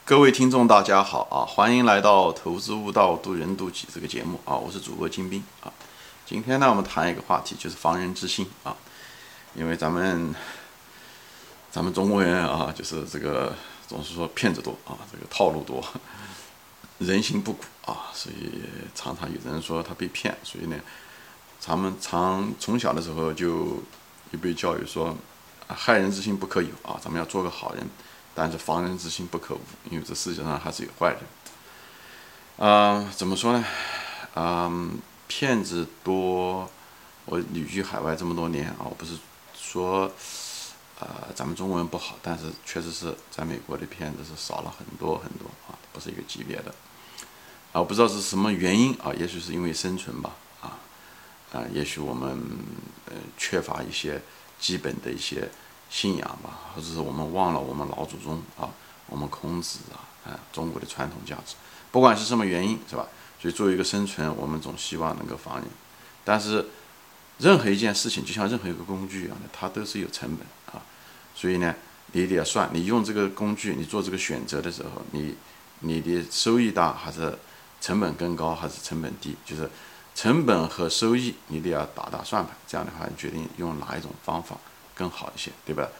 各位听众，大家好啊！欢迎来到《投资悟道，渡人渡己》这个节目啊！我是主播金兵啊。今天呢，我们谈一个话题，就是防人之心啊。因为咱们中国人啊，就是这个总是说骗子多啊，这个套路多，人心不古啊，所以常常有人说他被骗，所以呢，咱们从小的时候就被教育说，害人之心不可有啊，咱们要做个好人。但是防人之心不可无，因为这世界上还是有坏人。怎么说呢？骗子多。我旅居海外这么多年啊，我不是说咱们中国人不好，但是确实是在美国的骗子是少了很多很多啊，不是一个级别的。我不知道是什么原因啊，也许是因为生存吧也许我们缺乏一些基本的一些信仰吧，或者是我们忘了我们老祖宗啊，我们孔子中国的传统价值，不管是什么原因，是吧？所以作为一个生存，我们总希望能够防人。但是任何一件事情，就像任何一个工具一样的，它都是有成本啊。所以呢，你得算，你用这个工具，你做这个选择的时候，你的收益大还是成本更高，还是成本低？就是成本和收益，你得要打算盘。这样的话，你决定用哪一种方法更好一些，对吧？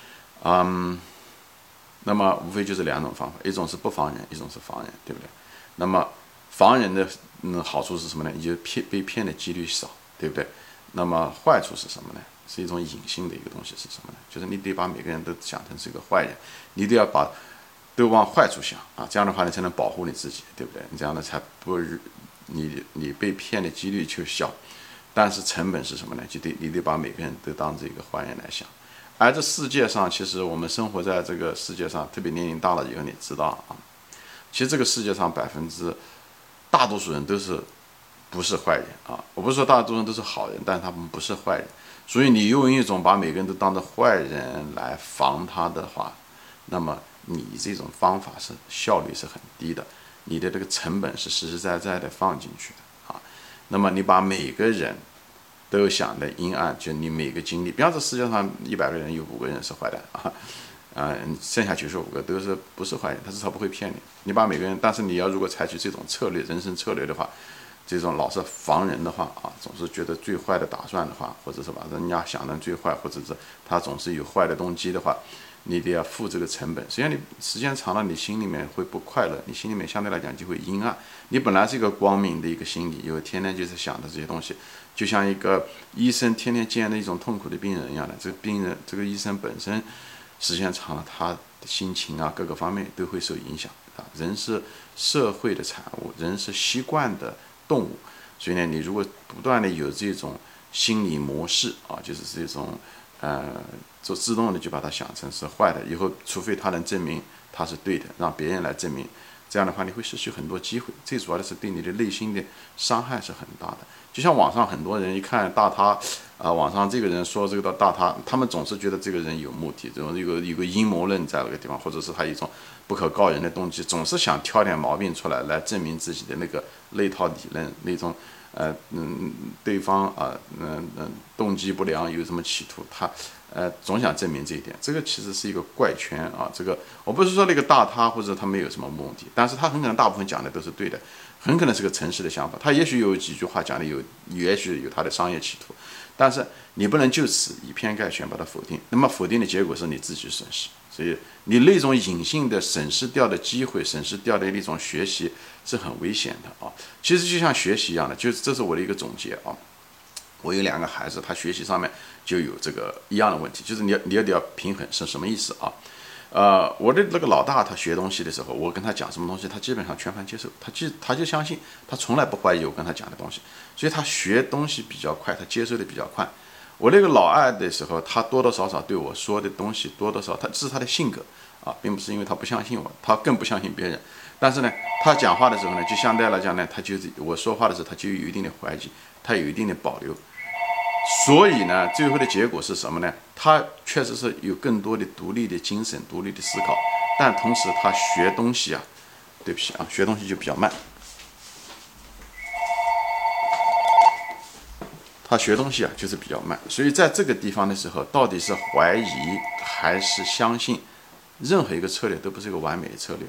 那么无非就是两种方法，一种是不防人，一种是防人，对不对？那么防人的好处是什么呢？也就被骗的几率少，对不对？那么坏处是什么呢？是一种隐性的一个东西是什么呢？就是你得把每个人都想成是一个坏人，你都往坏处想啊，这样的话你才能保护你自己，对不对？你这样的才不你被骗的几率就小。但是成本是什么呢？你得把每个人都当这个坏人来想。而这世界上，其实我们生活在这个世界上，特别年龄大了以后，你知道啊，其实这个世界上大多数人不是坏人啊。我不是说大多数人都是好人，但是他们不是坏人。所以你用一种把每个人都当成坏人来防他的话，那么你这种方法是效率是很低的，你的这个成本是实实在在的放进去的啊。那么你把每个人都想的阴暗，就你每个经历，比方说世界上100个人有5个人是坏蛋剩下95个不是坏人，他至少不会骗你。你把每个人，但是你要如果采取这种策略，人生策略的话，这种老是防人的话总是觉得最坏的打算的话，或者是把人家想的最坏，或者是他总是有坏的动机的话，你得要付这个成本。实际上你时间长了，你心里面会不快乐，你心里面相对来讲就会阴暗。你本来是一个光明的一个心理，有天天就是想的这些东西，就像一个医生天天见的一种痛苦的病人一样的。这个医生本身时间长了，他的心情各个方面都会受影响人是社会的产物，人是习惯的动物，所以呢，你如果不断的有这种心理模式就是这种就自动的就把它想成是坏的，以后除非他能证明他是对的，让别人来证明，这样的话你会失去很多机会。最主要的是对你的内心的伤害是很大的。就像网上很多人一看大他网上这个人说这个大他，他们总是觉得这个人有目的，这种有个阴谋论在那个地方，或者是他有一种不可告人的动机，总是想挑点毛病出来证明自己的那套理论，那种对方动机不良，有什么企图，他总想证明这一点。这个其实是一个怪圈这个我不是说那个大他或者他没有什么目的，但是他很可能大部分讲的都是对的，很可能是个诚实的想法，他也许有几句话讲的也许有他的商业企图，但是你不能就此以偏概全把它否定，那么否定的结果是你自己损失。所以你那种隐性的损失掉的机会，损失掉的那种学习是很危险的其实就像学习一样的，这是我的一个总结我有2个孩子，他学习上面就有这个一样的问题，就是你要平衡是什么意思我的那个老大，他学东西的时候，我跟他讲什么东西，他基本上全盘接受，他就相信，他从来不怀疑我跟他讲的东西，所以他学东西比较快，他接受的比较快。我那个老二的时候，他多多少少对我说的东西多多少，这是他的性格并不是因为他不相信我，他更不相信别人。但是呢，他讲话的时候呢，就相对来讲呢，我说话的时候，他就有一定的怀疑，他有一定的保留。所以呢，最后的结果是什么呢？他确实是有更多的独立的精神、独立的思考，但同时他学东西对不起学东西就比较慢。他学东西就是比较慢，所以在这个地方的时候，到底是怀疑还是相信，任何一个策略都不是一个完美的策略。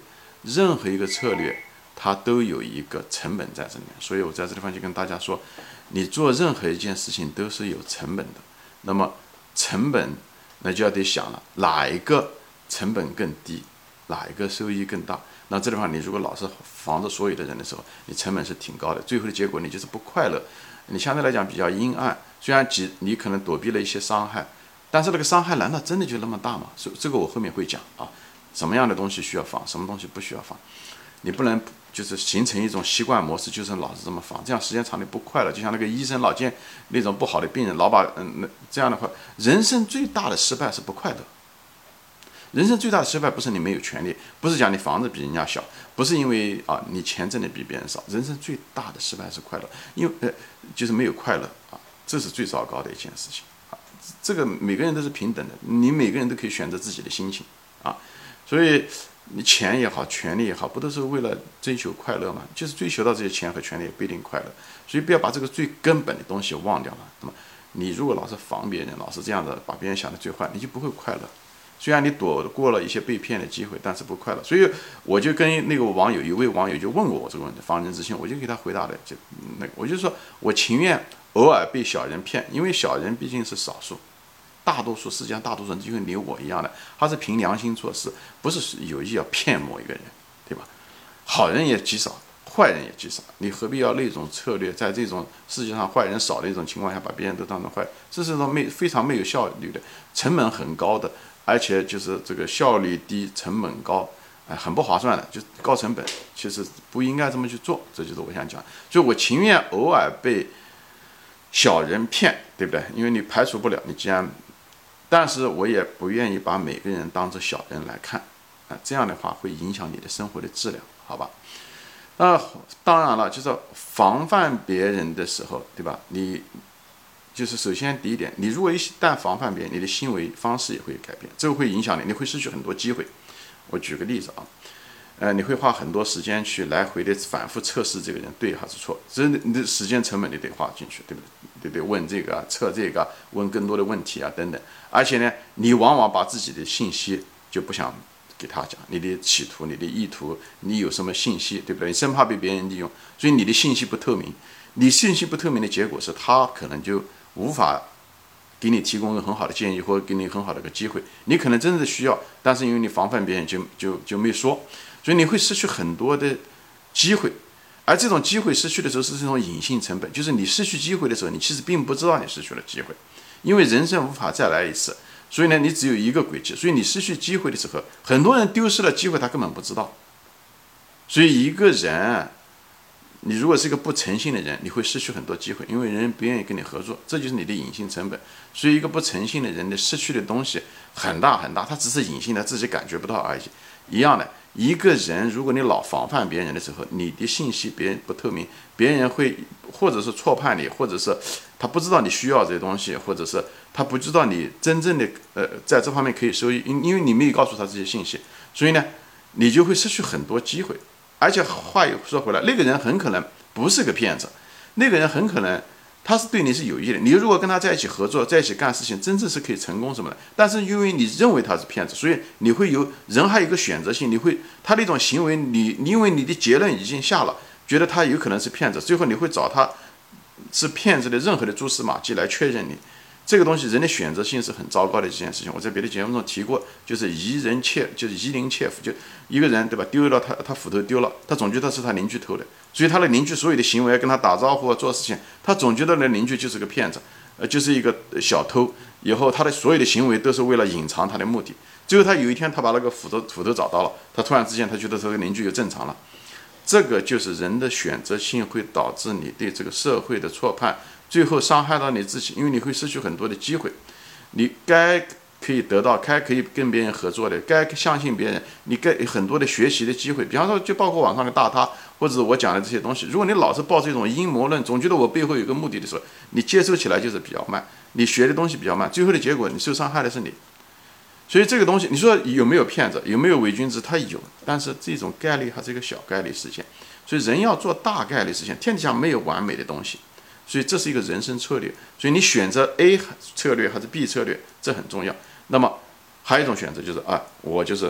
任何一个策略它都有一个成本在这里面。所以我在这地方就跟大家说，你做任何一件事情都是有成本的。那么成本，那就要得想了，哪一个成本更低，哪一个收益更大？那这地方你如果老是防着所有的人的时候，你成本是挺高的，最后的结果你就是不快乐，你相对来讲比较阴暗。虽然你可能躲避了一些伤害，但是那个伤害难道真的就那么大吗？这个我后面会讲啊，什么样的东西需要防，什么东西不需要防。你不能就是形成一种习惯模式，就是老是这么防，这样时间长你不快乐。就像那个医生老见那种不好的病人，老把这样的话，人生最大的失败是不快乐。人生最大的失败不是你没有权利，不是讲你房子比人家小，不是因为你钱挣的比别人少。人生最大的失败是快乐，因为就是没有快乐啊，这是最糟糕的一件事情啊。这个每个人都是平等的，你每个人都可以选择自己的心情啊。所以你钱也好，权利也好，不都是为了追求快乐吗？就是追求到这些钱和权利也不一定快乐。所以不要把这个最根本的东西忘掉了。那么你如果老是防别人，老是这样的把别人想的最坏，你就不会快乐。虽然你躲过了一些被骗的机会，但是不快乐。所以我就跟那个一位网友就问过我这个问题，防人之心，我就给他回答的我就说我情愿偶尔被小人骗，因为小人毕竟是少数，大多数世界上大多数人就跟你我一样的，他是凭良心做事，不是有意要骗某一个人，对吧？好人也极少，坏人也极少，你何必要那种策略，在这种世界上坏人少的一种情况下，把别人都当成坏？这是种非常没有效率的，成本很高的。而且就是这个效率低、成本高，很不划算的，就是高成本，其实不应该这么去做。这就是我想讲，所以我情愿偶尔被小人骗，对不对？因为你排除不了，你既然，但是我也不愿意把每个人当作小人来看，这样的话会影响你的生活的质量，好吧？当然了，就是防范别人的时候，对吧？你。就是首先第一点，你如果一旦防范别人，你的行为方式也会改变，这个会影响你，你会失去很多机会。我举个例子啊，你会花很多时间去来回的反复测试这个人对还是错，这你的时间成本你得花进去，对不对？对问这个测这个，问更多的问题啊等等。而且呢，你往往把自己的信息就不想给他讲，你的企图、你的意图，你有什么信息，对不对？你生怕被别人利用，所以你的信息不透明。你信息不透明的结果是，他可能就无法给你提供一个很好的建议，或者给你很好的一个机会。你可能真的需要，但是因为你防范别人就没说，所以你会失去很多的机会。而这种机会失去的时候是这种隐性成本，就是你失去机会的时候，你其实并不知道你失去了机会，因为人生无法再来一次，所以呢，你只有一个轨迹。所以你失去机会的时候，很多人丢失了机会，他根本不知道。所以一个人，你如果是一个不诚信的人，你会失去很多机会，因为人不愿意跟你合作，这就是你的隐性成本。所以一个不诚信的人的失去的东西很大很大，他只是隐性的，自己感觉不到而已。一样的，一个人如果你老防范别人的时候，你的信息别人不透明，别人会或者是错判你，或者是他不知道你需要这些东西，或者是他不知道你真正的在这方面可以收益，因为你没有告诉他这些信息，所以呢，你就会失去很多机会。而且话又说回来，那个人很可能不是个骗子，那个人很可能他是对你是有益的。你如果跟他在一起合作，在一起干事情，真正是可以成功什么的。但是因为你认为他是骗子，所以你会有人还有一个选择性，你会他那种行为，你因为你的结论已经下了，觉得他有可能是骗子，最后你会找他是骗子的任何的蛛丝马迹来确认你。这个东西人的选择性是很糟糕的一件事情，我在别的节目中提过，就是夷陵窃斧，就一个人对吧，丢了他斧头丢了，他总觉得是他邻居偷的，所以他的邻居所有的行为跟他打招呼做事情，他总觉得那邻居就是个骗子，就是一个小偷，以后他的所有的行为都是为了隐藏他的目的，最后他有一天他把那个斧头找到了，他突然之间他觉得这个邻居就正常了。这个就是人的选择性会导致你对这个社会的错判，最后伤害到你自己，因为你会失去很多的机会。你该可以得到，该可以跟别人合作的，该相信别人，你该很多的学习的机会。比方说，就包括网上的大咖，或者我讲的这些东西，如果你老是抱这种阴谋论，总觉得我背后有个目的的时候，你接受起来就是比较慢，你学的东西比较慢，最后的结果你受伤害的是你。所以这个东西，你说有没有骗子，有没有伪君子？他有，但是这种概率还是一个小概率事件。所以人要做大概率事件，天底下没有完美的东西，所以这是一个人生策略。所以你选择 A 策略还是 B 策略，这很重要。那么还有一种选择就是我就是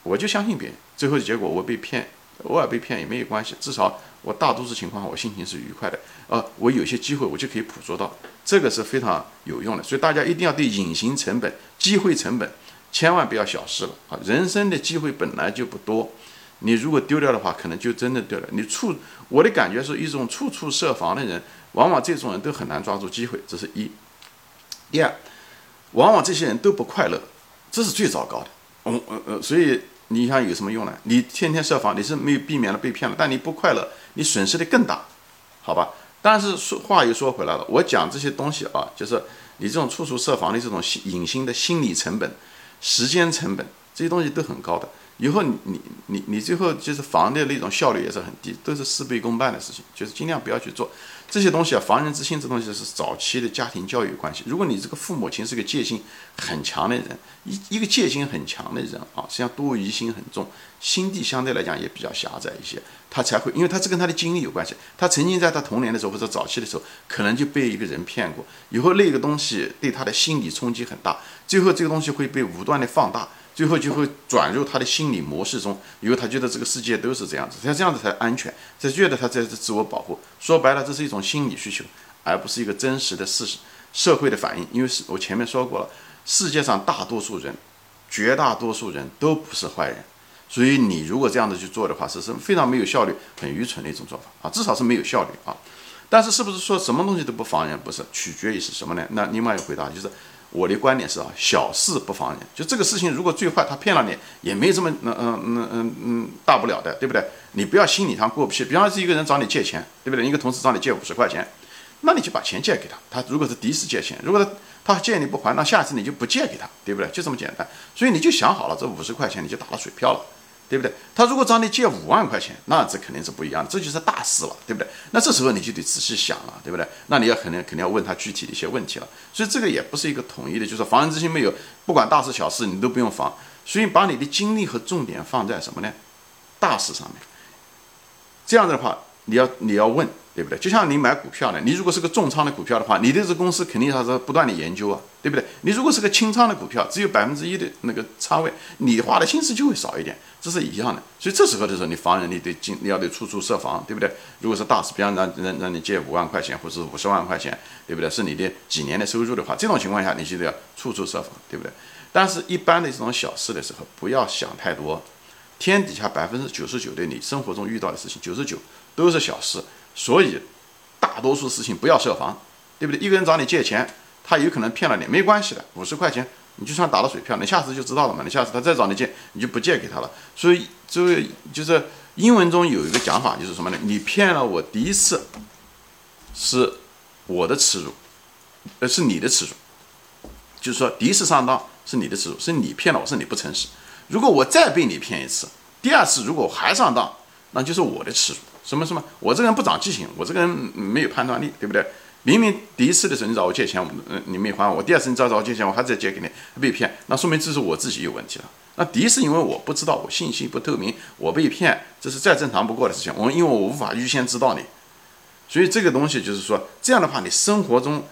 我就相信别人，最后的结果我被骗，偶尔被骗也没有关系，至少我大多数情况我心情是愉快的。我有些机会我就可以捕捉到，这个是非常有用的。所以大家一定要对隐形成本、机会成本千万不要小视了啊！人生的机会本来就不多，你如果丢掉的话，可能就真的丢了。我的感觉是一种处处设防的人，往往这种人都很难抓住机会，这是一。第二，往往这些人都不快乐，这是最糟糕的。所以你想有什么用呢？你天天设防，你是没有避免了被骗了，但你不快乐，你损失的更大，好吧？但是话又说回来了，我讲这些东西啊，就是你这种处处设防的这种隐形的心理成本、时间成本，这些东西都很高的。以后你最后就是防的那种效率也是很低，都是事倍功半的事情，就是尽量不要去做这些东西啊。防人之心这东西是早期的家庭教育关系。如果你这个父母亲是个戒心很强的人，一个戒心很强的人啊，实际上多疑心很重，心地相对来讲也比较狭窄一些，他才会，因为他这跟他的经历有关系。他曾经在他童年的时候或者早期的时候，可能就被一个人骗过，以后那个东西对他的心理冲击很大，最后这个东西会被无端的放大。最后就会转入他的心理模式中，以后他觉得这个世界都是这样子，他这样子才安全，才觉得他在自我保护。说白了，这是一种心理需求，而不是一个真实的事实社会的反应。因为我前面说过了，世界上大多数人，绝大多数人都不是坏人，所以你如果这样子去做的话，是非常没有效率、很愚蠢的一种做法啊，至少是没有效率啊。但是是不是说什么东西都不防人？不是，取决于是什么呢？那另外一个回答就是。我的观点是啊，小事不防人。就这个事情，如果最坏他骗了你，也没这么大不了的，对不对？你不要心理上过不去。比方是一个人找你借钱，对不对？一个同事找你借50块钱，那你就把钱借给他。他如果是第一次借钱，如果他借你不还，那下次你就不借给他，对不对？就这么简单。所以你就想好了，这50块钱你就打了水漂了。对不对？他如果找你借5万块钱，那这肯定是不一样的，这就是大事了，对不对？那这时候你就得仔细想了，对不对？那你要肯定要问他具体的一些问题了。所以这个也不是一个统一的，就是防人之心没有，不管大事小事你都不用防。所以把你的精力和重点放在什么呢？大事上面。这样的话，你要问，对不对？就像你买股票呢，你如果是个重仓的股票的话，你对这公司肯定还是不断的研究啊，对不对？你如果是个轻仓的股票，只有1%的那个仓位，你花的心思就会少一点。这是一样的，所以这时候的时候，你防人，你要处处设防，对不对？如果是大事，比方让你借5万块钱，或者是50万块钱，对不对？是你的几年的收入的话，这种情况下，你就得要处处设防，对不对？但是，一般的这种小事的时候，不要想太多。天底下99%的你生活中遇到的事情，99%都是小事，所以大多数事情不要设防，对不对？一个人找你借钱，他有可能骗了你，没关系的，50块钱。你就算打了水漂，你下次就知道了嘛。你下次他再找你借，你就不借给他了。所以这个就是英文中有一个讲法，就是什么呢？你骗了我第一次，是我的耻辱，是你的耻辱。就是说第一次上当是你的耻辱，是你骗了我，是你不诚实。如果我再被你骗一次，第二次如果我还上当，那就是我的耻辱。什么？我这个人不长记性，我这个人没有判断力，对不对？明明第一次的时候你找我借钱，你没还我；第二次你找我借钱，我还再借给你，被骗，那说明这是我自己有问题了。那第一次因为我不知道，我信息不透明，我被骗，这是再正常不过的事情。因为我无法预先知道你，所以这个东西就是说，这样的话，你生活中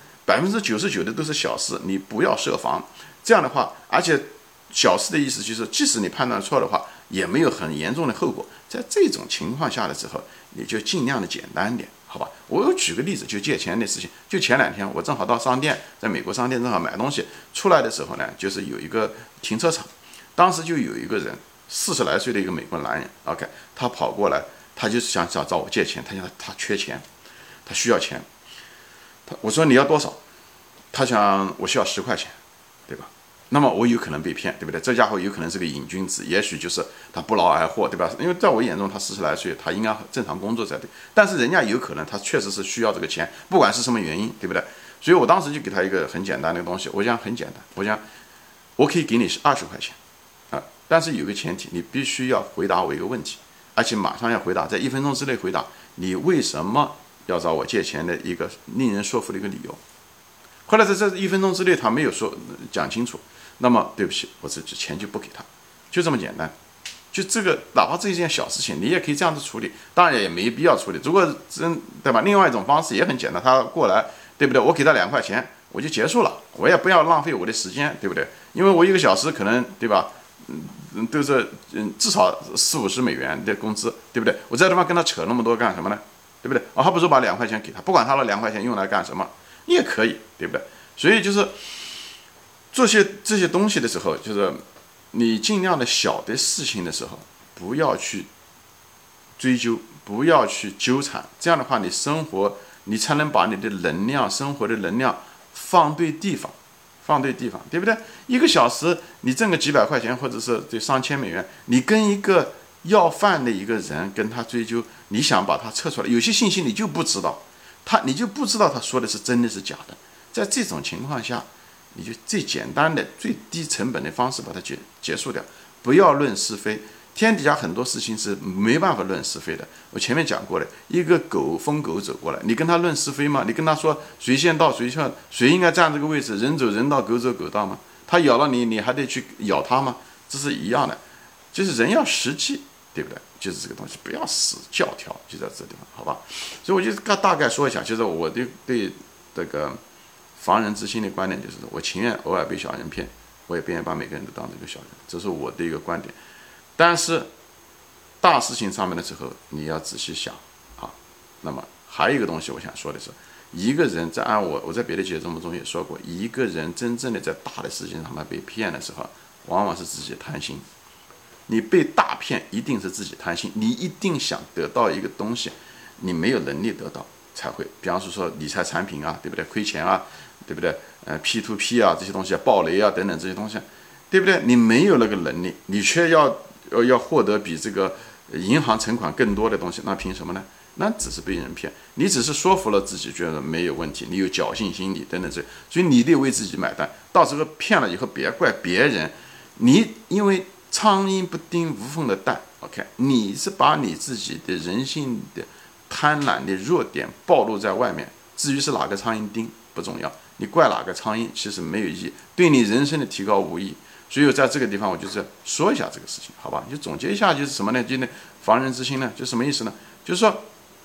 99%的都是小事，你不要设防。这样的话，而且小事的意思就是，即使你判断错的话，也没有很严重的后果。在这种情况下的时候，你就尽量的简单点。好吧，我举个例子，就借钱的事情。就前2天，我正好到商店，在美国商店正好买东西，出来的时候呢，就是有一个停车场，当时就有一个人，40来岁的一个美国男人 ，OK， 他跑过来，他就是想找我借钱，他缺钱，他需要钱，我说你要多少？他想我需要10块钱，对吧？那么我有可能被骗，对不对？这家伙有可能是个瘾君子，也许就是他不劳而获，对吧？因为在我眼中，他40来岁，他应该正常工作才对。但是人家有可能他确实是需要这个钱，不管是什么原因，对不对？所以我当时就给他一个很简单的东西，我讲很简单，我讲我可以给你20块钱啊，但是有个前提，你必须要回答我一个问题，而且马上要回答，在1分钟之内回答你为什么要找我借钱的一个令人说服的一个理由。后来在这1分钟之内，他没有讲清楚。那么对不起，我这钱就不给他，就这么简单。就这个，哪怕这一件小事情，你也可以这样子处理，当然也没必要处理。如果真对吧？另外一种方式也很简单，他过来，对不对？我给他2块钱，我就结束了，我也不要浪费我的时间，对不对？因为我1个小时可能，对吧？ 都是至少40-50美元的工资，对不对？我在这地方跟他扯那么多干什么呢？对不对？还不如把2块钱给他，不管他的2块钱用来干什么，你也可以，对不对？所以就是做这些东西的时候，就是你尽量的小的事情的时候，不要去追究，不要去纠缠，这样的话，你才能把你的能量，生活的能量放对地方，对不对？1个小时你挣个几百块钱，或者是这上千美元，你跟一个要饭的一个人跟他追究，你想把他测出来，有些信息你就不知道，你就不知道他说的是真的是假的。在这种情况下，你就最简单的、最低成本的方式把它结束掉，不要论是非。天底下很多事情是没办法论是非的。我前面讲过了，一个疯狗走过来，你跟他论是非吗？你跟他说谁先到谁先，谁应该站这个位置，人走人道，狗走狗道吗？他咬了你，你还得去咬他吗？这是一样的，就是人要实际，对不对？就是这个东西，不要死教条，就在这地方，好吧？所以我就大概说一下，就是我对这个防人之心的观点，就是我情愿偶尔被小人骗，我也不愿意把每个人都当这个小人，这是我的一个观点。但是大事情上面的时候，你要仔细想啊。那么还有一个东西，我想说的是，一个人在我在别的节目中也说过，一个人真正的在大的事情上面被骗的时候，往往是自己贪心。你被大骗，一定是自己贪心，你一定想得到一个东西，你没有能力得到才会。比方说理财产品啊，对不对？亏钱啊，对不对？P2P 啊，这些东西，暴雷啊等等这些东西，对不对？你没有那个能力，你却要获得比这个银行存款更多的东西，那凭什么呢？那只是被人骗，你只是说服了自己，觉得没有问题，你有侥幸心理等等这，所以你得为自己买单。到时候骗了以后，别怪别人，你因为苍蝇不叮无缝的蛋 ，OK， 你是把你自己的人性的贪婪的弱点暴露在外面。至于是哪个苍蝇叮不重要，你怪哪个苍蝇其实没有意义，对你人生的提高无益。所以在这个地方，我就是说一下这个事情，好吧？就总结一下，就是什么呢？今天防人之心呢，就什么意思呢？就是说，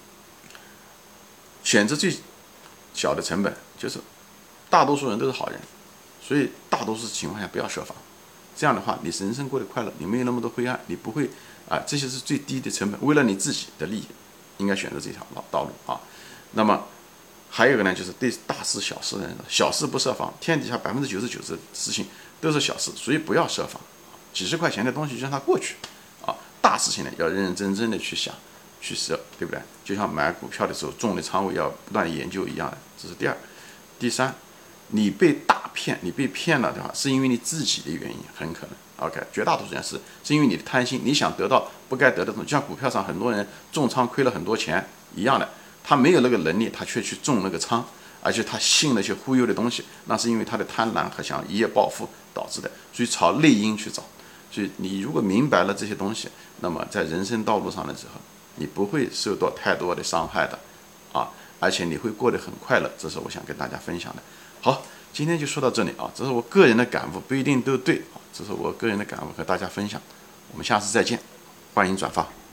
选择最小的成本，就是大多数人都是好人，所以大多数情况下不要设防。这样的话，你人生过得快乐，你没有那么多灰暗，你不会这些是最低的成本。为了你自己的利益，应该选择这条道路啊。那么还有一个呢，就是对大事小事的人，小事不设防，天底下99%的事情都是小事，所以不要设防。几十块钱的东西就让它过去啊。大事情呢，要认认真真的去想，去设，对不对？就像买股票的时候，重的仓位要不断的研究一样的。这是第二。第三，你被大骗，你被骗了的话，是因为你自己的原因，很可能。OK， 绝大多数人是因为你的贪心，你想得到不该得的东西。就像股票上很多人重仓亏了很多钱一样的，他没有那个能力，他却去重那个仓，而且他信那些忽悠的东西，那是因为他的贪婪和想一夜暴富导致的。所以朝内因去找。所以你如果明白了这些东西，那么在人生道路上的时候，你不会受到太多的伤害的啊，而且你会过得很快乐。这是我想跟大家分享的。好，今天就说到这里啊，这是我个人的感悟，不一定都对啊，这是我个人的感悟和大家分享。我们下次再见，欢迎转发。